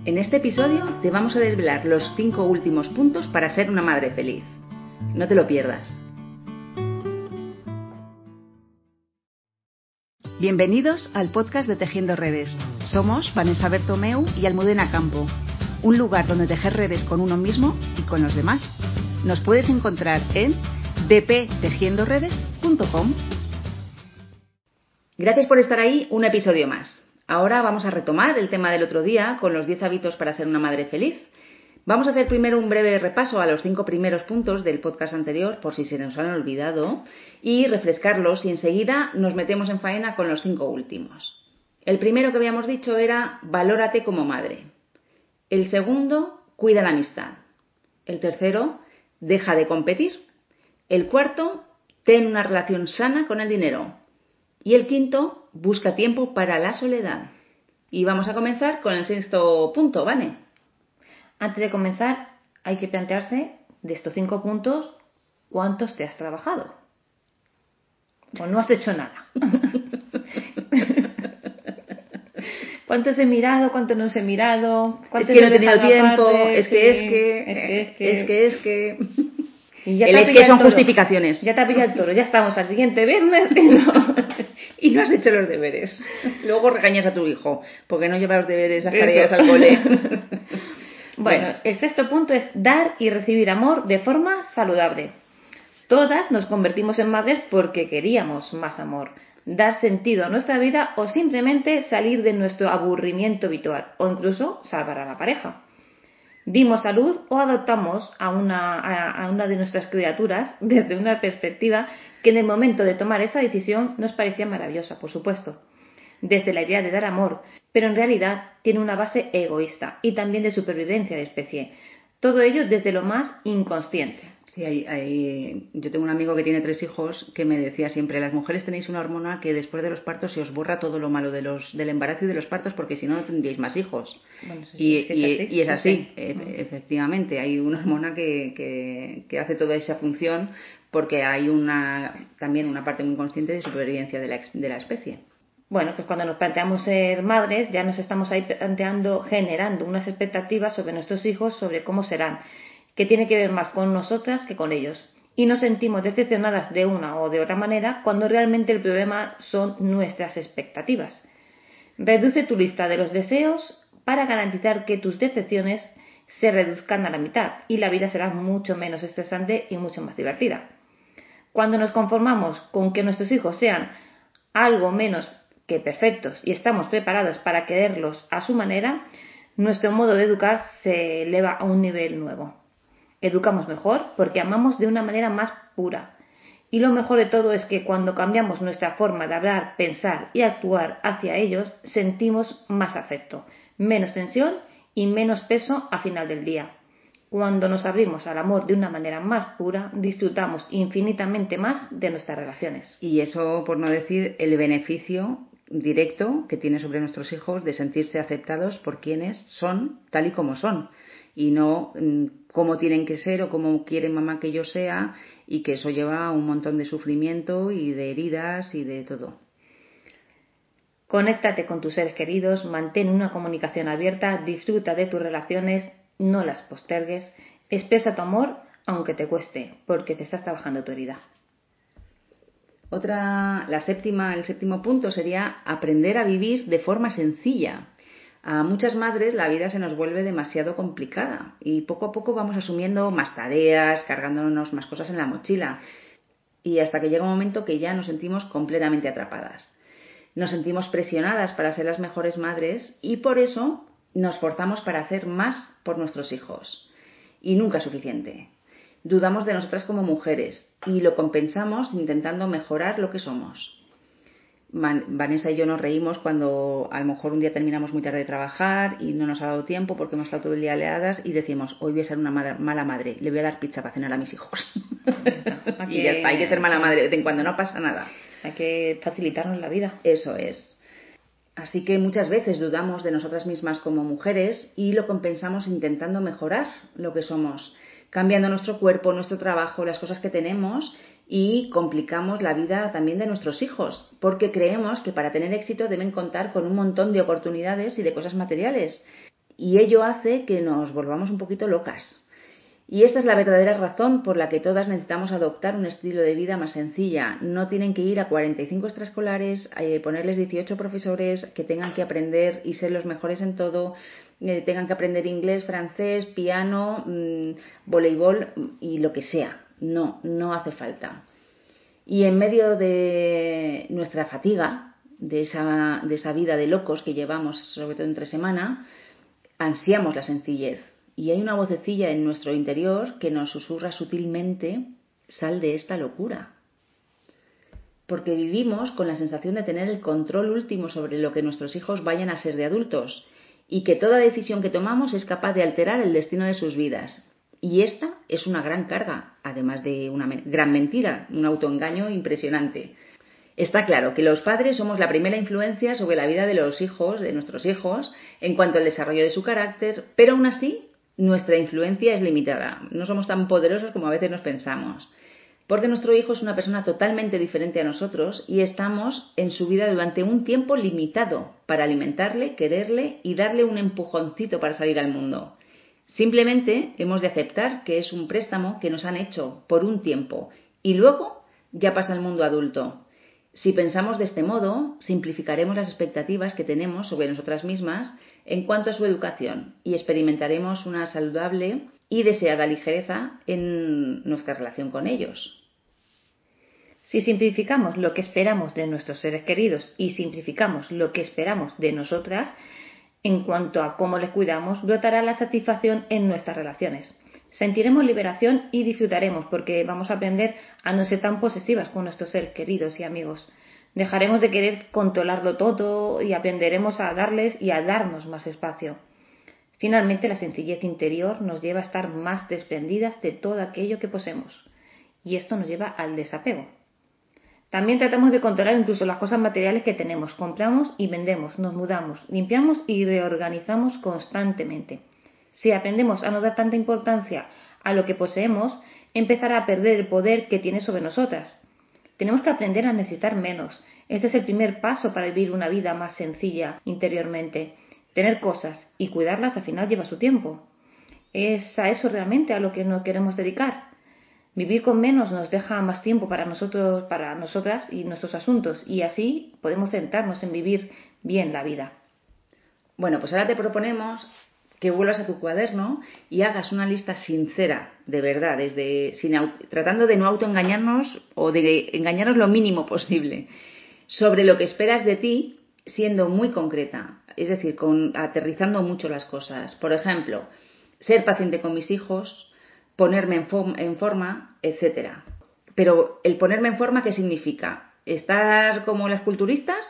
En este episodio te vamos a desvelar los 5 últimos puntos para ser una madre feliz. No te lo pierdas. Bienvenidos al podcast de Tejiendo Redes. Somos Vanessa Bertomeu y Almudena Campo, un lugar donde tejer redes con uno mismo y con los demás. Nos puedes encontrar en dptejiendoredes.com. Gracias por estar ahí, un episodio más. Ahora vamos a retomar el tema del otro día con los 10 hábitos para ser una madre feliz. Vamos a hacer primero un breve repaso a los 5 primeros puntos del podcast anterior, por si se nos han olvidado, y refrescarlos, y enseguida nos metemos en faena con los 5 últimos. El primero que habíamos dicho era valórate como madre. El segundo, cuida la amistad. El tercero, deja de competir. El cuarto, ten una relación sana con el dinero. Y el quinto, busca tiempo para la soledad. Y vamos a comenzar con el sexto punto, ¿vale? Antes de comenzar, hay que plantearse de estos 5 puntos, ¿cuántos te has trabajado? O no has hecho nada. ¿Cuántos he mirado? ¿Cuántos no he mirado? Es que no he tenido tiempo, es que... Y ya el es que son justificaciones. Ya te ha pillado el toro, ya estamos al siguiente viernes y no has hecho los deberes. Luego regañas a tu hijo porque no lleva los deberes, las tareas al cole. Bueno, el sexto punto es dar y recibir amor de forma saludable. Todas nos convertimos en madres porque queríamos más amor, dar sentido a nuestra vida o simplemente salir de nuestro aburrimiento habitual o incluso salvar a la pareja. Dimos a luz o adoptamos a una de nuestras criaturas desde una perspectiva que en el momento de tomar esa decisión nos parecía maravillosa, por supuesto, desde la idea de dar amor, pero en realidad tiene una base egoísta y también de supervivencia de especie. Todo ello desde lo más inconsciente. Sí, yo tengo un amigo que tiene 3 hijos que me decía siempre: las mujeres tenéis una hormona que después de los partos se os borra todo lo malo del embarazo y de los partos, porque si no, no tendríais más hijos. Bueno, y es así, efectivamente, hay una hormona que hace toda esa función, porque hay también una parte muy consciente de supervivencia de la especie. Bueno, pues cuando nos planteamos ser madres, ya nos estamos ahí generando unas expectativas sobre nuestros hijos, sobre cómo serán, que tiene que ver más con nosotras que con ellos. Y nos sentimos decepcionadas de una o de otra manera cuando realmente el problema son nuestras expectativas. Reduce tu lista de los deseos para garantizar que tus decepciones se reduzcan a la mitad y la vida será mucho menos estresante y mucho más divertida. Cuando nos conformamos con que nuestros hijos sean algo menos que perfectos y estamos preparados para quererlos a su manera, nuestro modo de educar se eleva a un nivel nuevo. Educamos mejor porque amamos de una manera más pura. Y lo mejor de todo es que cuando cambiamos nuestra forma de hablar, pensar y actuar hacia ellos, sentimos más afecto, menos tensión y menos peso a final del día. Cuando nos abrimos al amor de una manera más pura, disfrutamos infinitamente más de nuestras relaciones. Y eso, por no decir, el beneficio directo que tiene sobre nuestros hijos de sentirse aceptados por quienes son, tal y como son, y no cómo tienen que ser o cómo quiere mamá que yo sea, y que eso lleva a un montón de sufrimiento y de heridas y de todo. Conéctate con tus seres queridos, mantén una comunicación abierta, disfruta de tus relaciones, no las postergues, expresa tu amor aunque te cueste, porque te estás trabajando tu herida. El séptimo punto sería aprender a vivir de forma sencilla. A muchas madres la vida se nos vuelve demasiado complicada y poco a poco vamos asumiendo más tareas, cargándonos más cosas en la mochila, y hasta que llega un momento que ya nos sentimos completamente atrapadas. Nos sentimos presionadas para ser las mejores madres y por eso nos forzamos para hacer más por nuestros hijos. Y nunca es suficiente. Dudamos de nosotras como mujeres y lo compensamos intentando mejorar lo que somos. Vanessa y yo nos reímos cuando a lo mejor un día terminamos muy tarde de trabajar y no nos ha dado tiempo porque hemos estado todo el día liadas y decimos: hoy voy a ser una mala madre, le voy a dar pizza para cenar a mis hijos. Y ya está, hay que ser mala madre de vez en cuando, no pasa nada. Hay que facilitarnos la vida. Eso es. Así que muchas veces dudamos de nosotras mismas como mujeres y lo compensamos intentando mejorar lo que somos, cambiando nuestro cuerpo, nuestro trabajo, las cosas que tenemos, y complicamos la vida también de nuestros hijos, porque creemos que para tener éxito deben contar con un montón de oportunidades y de cosas materiales. y ello hace que nos volvamos un poquito locas. Y esta es la verdadera razón por la que todas necesitamos adoptar un estilo de vida más sencilla. No tienen que ir a 45 extraescolares, ponerles 18 profesores que tengan que aprender y ser los mejores en todo, tengan que aprender inglés, francés, piano, voleibol y lo que sea. No hace falta. Y en medio de nuestra fatiga, de esa vida de locos que llevamos, sobre todo entre semana, ansiamos la sencillez. Y hay una vocecilla en nuestro interior que nos susurra sutilmente: sal de esta locura. Porque vivimos con la sensación de tener el control último sobre lo que nuestros hijos vayan a ser de adultos y que toda decisión que tomamos es capaz de alterar el destino de sus vidas. Y esta es una gran carga, además de una gran mentira, un autoengaño impresionante. Está claro que los padres somos la primera influencia sobre la vida de los hijos, de nuestros hijos, en cuanto al desarrollo de su carácter, pero aún así nuestra influencia es limitada. No somos tan poderosos como a veces nos pensamos. Porque nuestro hijo es una persona totalmente diferente a nosotros y estamos en su vida durante un tiempo limitado para alimentarle, quererle y darle un empujoncito para salir al mundo. Simplemente hemos de aceptar que es un préstamo que nos han hecho por un tiempo y luego ya pasa al mundo adulto. Si pensamos de este modo, simplificaremos las expectativas que tenemos sobre nosotras mismas en cuanto a su educación y experimentaremos una saludable y deseada ligereza en nuestra relación con ellos. Si simplificamos lo que esperamos de nuestros seres queridos y simplificamos lo que esperamos de nosotras, en cuanto a cómo les cuidamos, brotará la satisfacción en nuestras relaciones. Sentiremos liberación y disfrutaremos porque vamos a aprender a no ser tan posesivas con nuestros seres queridos y amigos. Dejaremos de querer controlarlo todo y aprenderemos a darles y a darnos más espacio. Finalmente, la sencillez interior nos lleva a estar más desprendidas de todo aquello que poseemos. Y esto nos lleva al desapego. También tratamos de controlar incluso las cosas materiales que tenemos. Compramos y vendemos, nos mudamos, limpiamos y reorganizamos constantemente. Si aprendemos a no dar tanta importancia a lo que poseemos, empezará a perder el poder que tiene sobre nosotras. Tenemos que aprender a necesitar menos. Este es el primer paso para vivir una vida más sencilla interiormente. Tener cosas y cuidarlas al final lleva su tiempo. ¿Es a eso realmente a lo que nos queremos dedicar? Vivir con menos nos deja más tiempo para nosotros, para nosotras y nuestros asuntos, y así podemos centrarnos en vivir bien la vida. Bueno, pues ahora te proponemos que vuelvas a tu cuaderno y hagas una lista sincera, de verdad, tratando de no autoengañarnos o de engañarnos lo mínimo posible, sobre lo que esperas de ti, siendo muy concreta, es decir, aterrizando mucho las cosas. Por ejemplo, ser paciente con mis hijos, ponerme en forma, etcétera. Pero el ponerme en forma, ¿qué significa? ¿Estar como las culturistas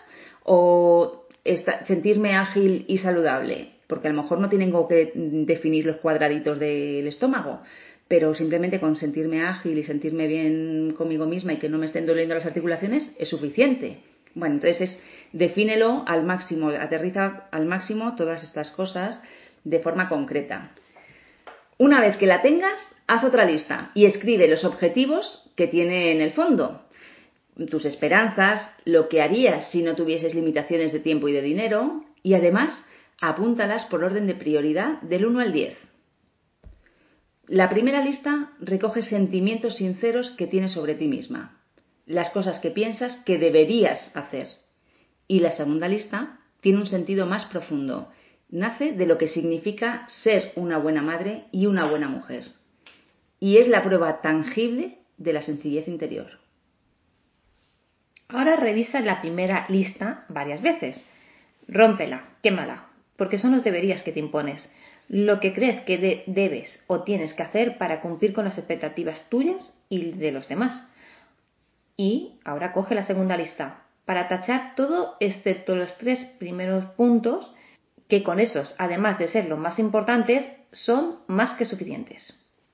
o sentirme ágil y saludable? Porque a lo mejor no tengo que definir los cuadraditos del estómago, pero simplemente con sentirme ágil y sentirme bien conmigo misma y que no me estén doliendo las articulaciones es suficiente. Bueno, entonces defínelo al máximo, aterriza al máximo todas estas cosas de forma concreta. Una vez que la tengas, haz otra lista y escribe los objetivos que tiene en el fondo, tus esperanzas, lo que harías si no tuvieses limitaciones de tiempo y de dinero, y además apúntalas por orden de prioridad del 1 al 10. La primera lista recoge sentimientos sinceros que tienes sobre ti misma, las cosas que piensas que deberías hacer. Y la segunda lista tiene un sentido más profundo. Nace de lo que significa ser una buena madre y una buena mujer. Y es la prueba tangible de la sencillez interior. Ahora revisa la primera lista varias veces. Rómpela, quémala, porque son los deberías que te impones. Lo que crees que debes o tienes que hacer para cumplir con las expectativas tuyas y de los demás. Y ahora coge la segunda lista para tachar todo excepto los 3 primeros puntos, que con esos, además de ser los más importantes, son más que suficientes.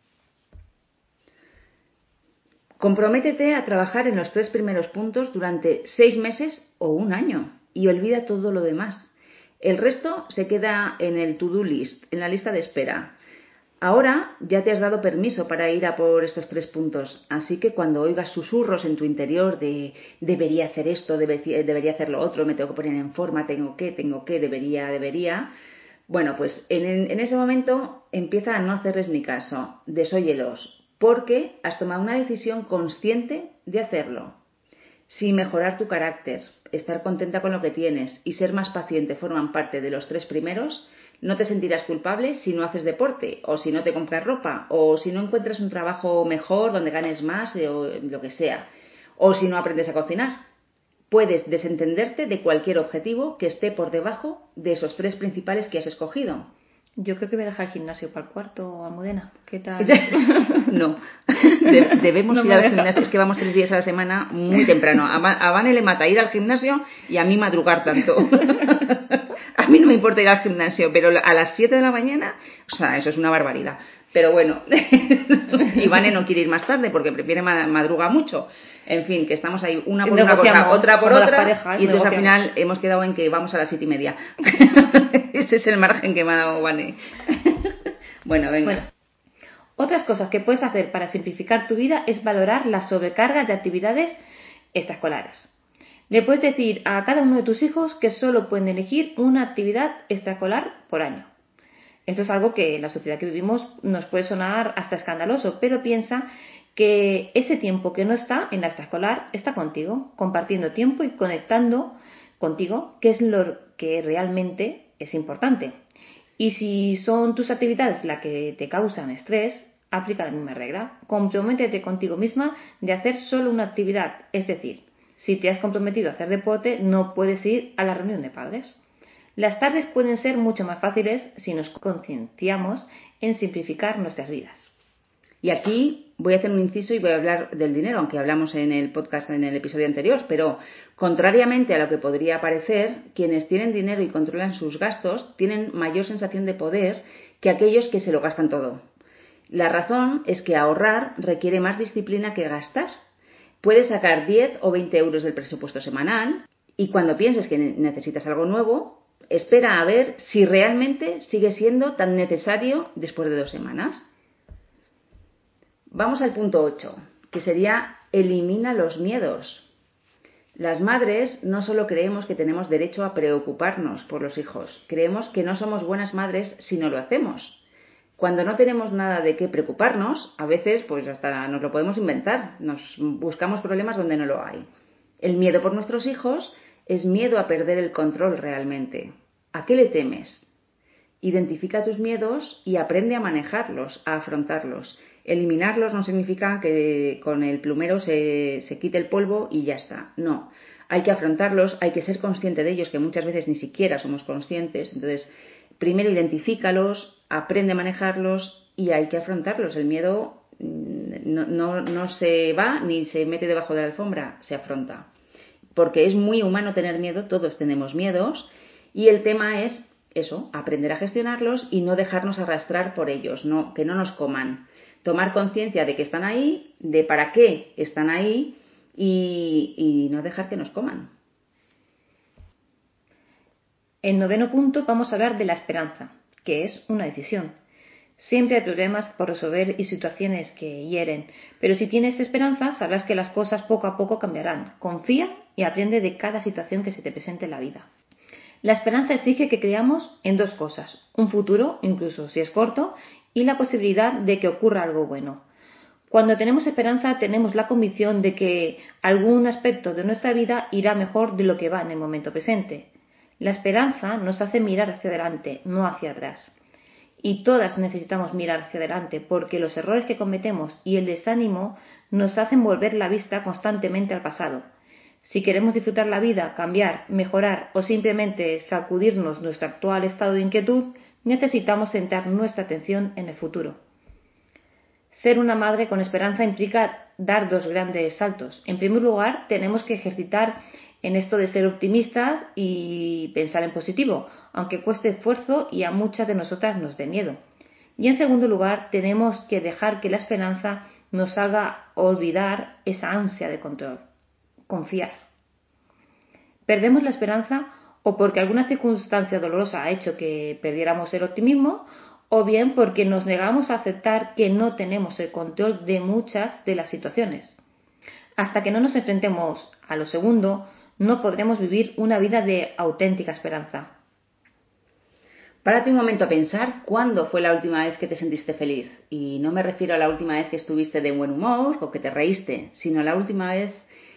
Comprométete a trabajar en los 3 primeros puntos durante 6 meses o un año y olvida todo lo demás. El resto se queda en el to-do list, en la lista de espera. Ahora ya te has dado permiso para ir a por estos 3 puntos, así que cuando oigas susurros en tu interior de debería hacer esto, debería hacer lo otro, me tengo que poner en forma, tengo que, debería, Bueno, pues en ese momento empieza a no hacerles ni caso, desóyelos, porque has tomado una decisión consciente de hacerlo. Si mejorar tu carácter, estar contenta con lo que tienes y ser más paciente forman parte de los 3 primeros, no te sentirás culpable si no haces deporte, o si no te compras ropa, o si no encuentras un trabajo mejor donde ganes más, o lo que sea, o si no aprendes a cocinar. Puedes desentenderte de cualquier objetivo que esté por debajo de esos 3 principales que has escogido. Yo creo que voy a dejar el gimnasio para el cuarto, Almudena. ¿Qué tal? No, debemos ir al gimnasio. Es que vamos 3 días a la semana muy temprano. A Vane le mata ir al gimnasio y a mí madrugar tanto. A mí no me importa ir al gimnasio, pero a las 7 de la mañana, o sea, eso es una barbaridad. Pero bueno, y Vane no quiere ir más tarde porque prefiere madruga mucho. En fin, que estamos ahí una por una cosa, otra por otra, parejas, y entonces al final hemos quedado en que vamos a las 7:30. Ese es el margen que me ha dado Vane. Bueno, venga. Bueno, otras cosas que puedes hacer para simplificar tu vida es valorar la sobrecarga de actividades extraescolares. Le puedes decir a cada uno de tus hijos que solo pueden elegir una actividad extraescolar por año. Esto es algo que en la sociedad que vivimos nos puede sonar hasta escandaloso, pero piensa que ese tiempo que no está en la extraescolar está contigo, compartiendo tiempo y conectando contigo, que es lo que realmente es importante. Y si son tus actividades las que te causan estrés, aplica la misma regla. Comprométete contigo misma de hacer solo una actividad. Es decir, si te has comprometido a hacer deporte, no puedes ir a la reunión de padres. Las tardes pueden ser mucho más fáciles si nos concienciamos en simplificar nuestras vidas. Y aquí voy a hacer un inciso y voy a hablar del dinero, aunque hablamos en el podcast en el episodio anterior, pero contrariamente a lo que podría parecer, quienes tienen dinero y controlan sus gastos tienen mayor sensación de poder que aquellos que se lo gastan todo. La razón es que ahorrar requiere más disciplina que gastar. Puedes sacar 10 o 20 euros del presupuesto semanal y cuando pienses que necesitas algo nuevo, espera a ver si realmente sigue siendo tan necesario después de 2 semanas. Vamos al punto 8, que sería elimina los miedos. Las madres no solo creemos que tenemos derecho a preocuparnos por los hijos, creemos que no somos buenas madres si no lo hacemos. Cuando no tenemos nada de qué preocuparnos, a veces pues hasta nos lo podemos inventar, nos buscamos problemas donde no lo hay. El miedo por nuestros hijos es miedo a perder el control realmente. ¿A qué le temes? Identifica tus miedos y aprende a manejarlos, a afrontarlos. Eliminarlos no significa que con el plumero se quite el polvo y ya está. No, hay que afrontarlos, hay que ser consciente de ellos, que muchas veces ni siquiera somos conscientes. Entonces, primero identifícalos, aprende a manejarlos y hay que afrontarlos. El miedo no se va ni se mete debajo de la alfombra, se afronta. Porque es muy humano tener miedo, todos tenemos miedos, y el tema es eso, aprender a gestionarlos y no dejarnos arrastrar por ellos, que no nos coman. Tomar conciencia de que están ahí, de para qué están ahí y no dejar que nos coman. En 9º punto vamos a hablar de la esperanza, que es una decisión. Siempre hay problemas por resolver y situaciones que hieren, pero si tienes esperanza sabrás que las cosas poco a poco cambiarán. Confía y aprende de cada situación que se te presente en la vida. La esperanza exige que creamos en 2 cosas, un futuro, incluso si es corto, y la posibilidad de que ocurra algo bueno. Cuando tenemos esperanza tenemos la convicción de que algún aspecto de nuestra vida irá mejor de lo que va en el momento presente. La esperanza nos hace mirar hacia adelante, no hacia atrás. Y todas necesitamos mirar hacia adelante porque los errores que cometemos y el desánimo nos hacen volver la vista constantemente al pasado. Si queremos disfrutar la vida, cambiar, mejorar o simplemente sacudirnos nuestro actual estado de inquietud, necesitamos centrar nuestra atención en el futuro. Ser una madre con esperanza implica dar 2 grandes saltos. En primer lugar, tenemos que ejercitar en esto de ser optimistas y pensar en positivo, aunque cueste esfuerzo y a muchas de nosotras nos dé miedo. Y en segundo lugar, tenemos que dejar que la esperanza nos haga olvidar esa ansia de control. Confiar. Perdemos la esperanza o porque alguna circunstancia dolorosa ha hecho que perdiéramos el optimismo, o bien porque nos negamos a aceptar que no tenemos el control de muchas de las situaciones. Hasta que no nos enfrentemos a lo segundo, no podremos vivir una vida de auténtica esperanza. Párate un momento a pensar cuándo fue la última vez que te sentiste feliz. Y no me refiero a la última vez que estuviste de buen humor o que te reíste, sino a la última vez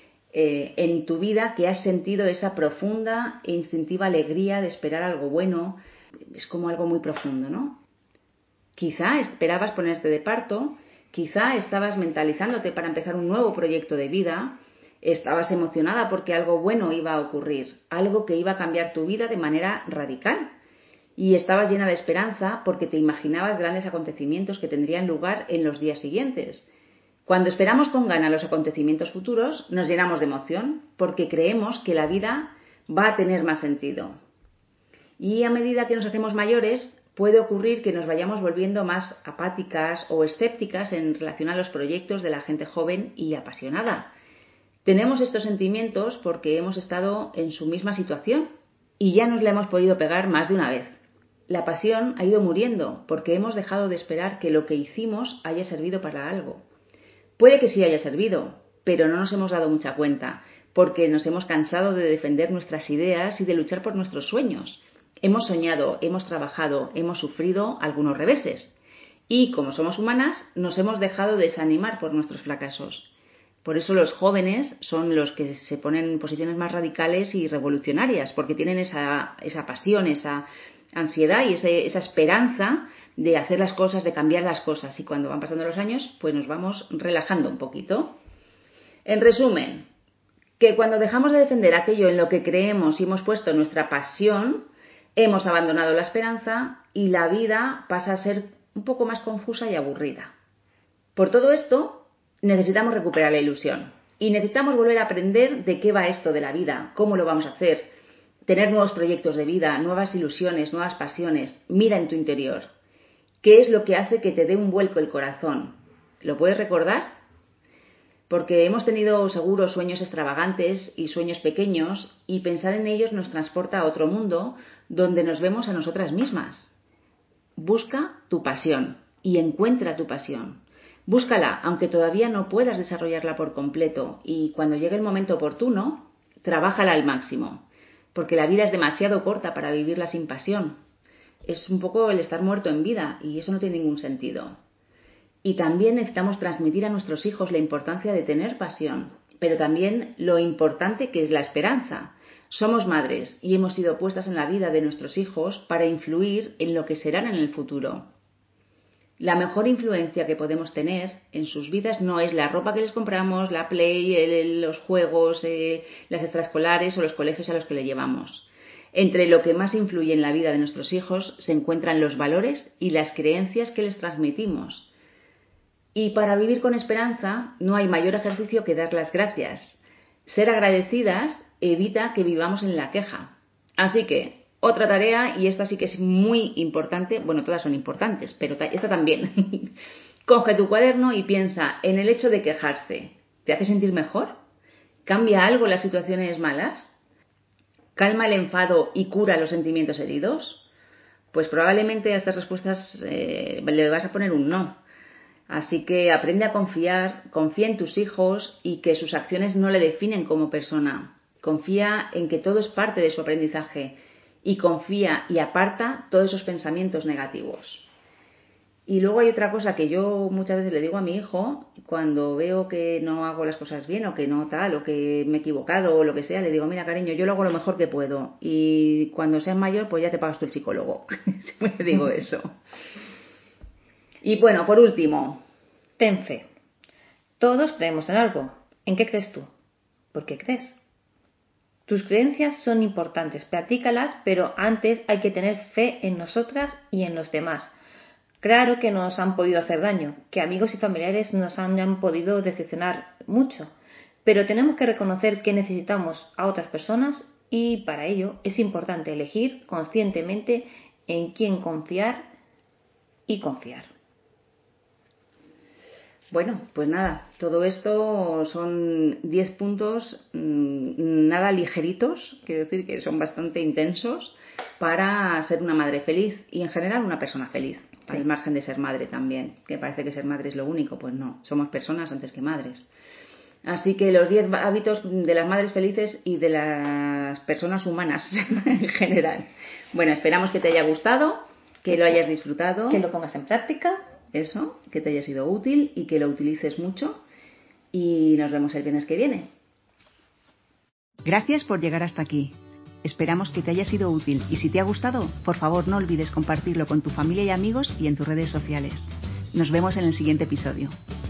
en tu vida que has sentido esa profunda e instintiva alegría de esperar algo bueno. Es como algo muy profundo, ¿no? Quizá esperabas ponerte de parto, quizá estabas mentalizándote para empezar un nuevo proyecto de vida, estabas emocionada porque algo bueno iba a ocurrir, algo que iba a cambiar tu vida de manera radical. Y estabas llena de esperanza porque te imaginabas grandes acontecimientos que tendrían lugar en los días siguientes. Cuando esperamos con ganas los acontecimientos futuros, nos llenamos de emoción porque creemos que la vida va a tener más sentido. Y a medida que nos hacemos mayores, puede ocurrir que nos vayamos volviendo más apáticas o escépticas en relación a los proyectos de la gente joven y apasionada. Tenemos estos sentimientos porque hemos estado en su misma situación y ya nos la hemos podido pegar más de una vez. La pasión ha ido muriendo porque hemos dejado de esperar que lo que hicimos haya servido para algo. Puede que sí haya servido, pero no nos hemos dado mucha cuenta porque nos hemos cansado de defender nuestras ideas y de luchar por nuestros sueños. Hemos soñado, hemos trabajado, hemos sufrido algunos reveses y, como somos humanas, nos hemos dejado desanimar por nuestros fracasos. Por eso los jóvenes son los que se ponen en posiciones más radicales y revolucionarias, porque tienen esa pasión, esa ansiedad y esa esperanza de hacer las cosas, de cambiar las cosas. Y cuando van pasando los años, pues nos vamos relajando un poquito. En resumen, que cuando dejamos de defender aquello en lo que creemos y hemos puesto nuestra pasión, hemos abandonado la esperanza y la vida pasa a ser un poco más confusa y aburrida. Por todo esto, necesitamos recuperar la ilusión y necesitamos volver a aprender de qué va esto de la vida, cómo lo vamos a hacer, tener nuevos proyectos de vida, nuevas ilusiones, nuevas pasiones. Mira en tu interior. ¿Qué es lo que hace que te dé un vuelco el corazón? ¿Lo puedes recordar? Porque hemos tenido seguros sueños extravagantes y sueños pequeños y pensar en ellos nos transporta a otro mundo donde nos vemos a nosotras mismas. Busca tu pasión y encuentra tu pasión. Búscala, aunque todavía no puedas desarrollarla por completo, y cuando llegue el momento oportuno, trabájala al máximo, porque la vida es demasiado corta para vivirla sin pasión. Es un poco el estar muerto en vida y eso no tiene ningún sentido. Y también necesitamos transmitir a nuestros hijos la importancia de tener pasión, pero también lo importante que es la esperanza. Somos madres y hemos sido puestas en la vida de nuestros hijos para influir en lo que serán en el futuro. La mejor influencia que podemos tener en sus vidas no es la ropa que les compramos, la play, los juegos, las extraescolares o los colegios a los que le llevamos. Entre lo que más influye en la vida de nuestros hijos se encuentran los valores y las creencias que les transmitimos. Y para vivir con esperanza no hay mayor ejercicio que dar las gracias. Ser agradecidas evita que vivamos en la queja. Así que, otra tarea, y esta sí que es muy importante, bueno, todas son importantes, pero esta también. Coge tu cuaderno y piensa en el hecho de quejarse. ¿Te hace sentir mejor? ¿Cambia algo las situaciones malas? ¿Calma el enfado y cura los sentimientos heridos? Pues probablemente a estas respuestas le vas a poner un no. Así que aprende a confiar, confía en tus hijos y que sus acciones no le definen como persona. Confía en que todo es parte de su aprendizaje y confía y aparta todos esos pensamientos negativos. Y luego hay otra cosa que yo muchas veces le digo a mi hijo cuando veo que no hago las cosas bien o que no tal o que me he equivocado o lo que sea, le digo, mira cariño, yo lo hago lo mejor que puedo y cuando seas mayor pues ya te pagas tú el psicólogo. Siempre digo eso. Y bueno, por último, ten fe. Todos creemos en algo. ¿En qué crees tú? ¿Por qué crees? Tus creencias son importantes, practícalas, pero antes hay que tener fe en nosotras y en los demás. Claro que nos han podido hacer daño, que amigos y familiares nos han podido decepcionar mucho, pero tenemos que reconocer que necesitamos a otras personas y para ello es importante elegir conscientemente en quién confiar y confiar. Bueno, pues nada, todo esto son 10 puntos nada ligeritos, quiero decir que son bastante intensos para ser una madre feliz y en general una persona feliz, sí. Al margen de ser madre también, que parece que ser madre es lo único, pues no, somos personas antes que madres. Así que los 10 hábitos de las madres felices y de las personas humanas en general. Bueno, esperamos que te haya gustado, que lo hayas disfrutado. Que lo pongas en práctica. Eso, que te haya sido útil y que lo utilices mucho. Y nos vemos el viernes que viene. Gracias por llegar hasta aquí. Esperamos que te haya sido útil y si te ha gustado, por favor no olvides compartirlo con tu familia y amigos y en tus redes sociales. Nos vemos en el siguiente episodio.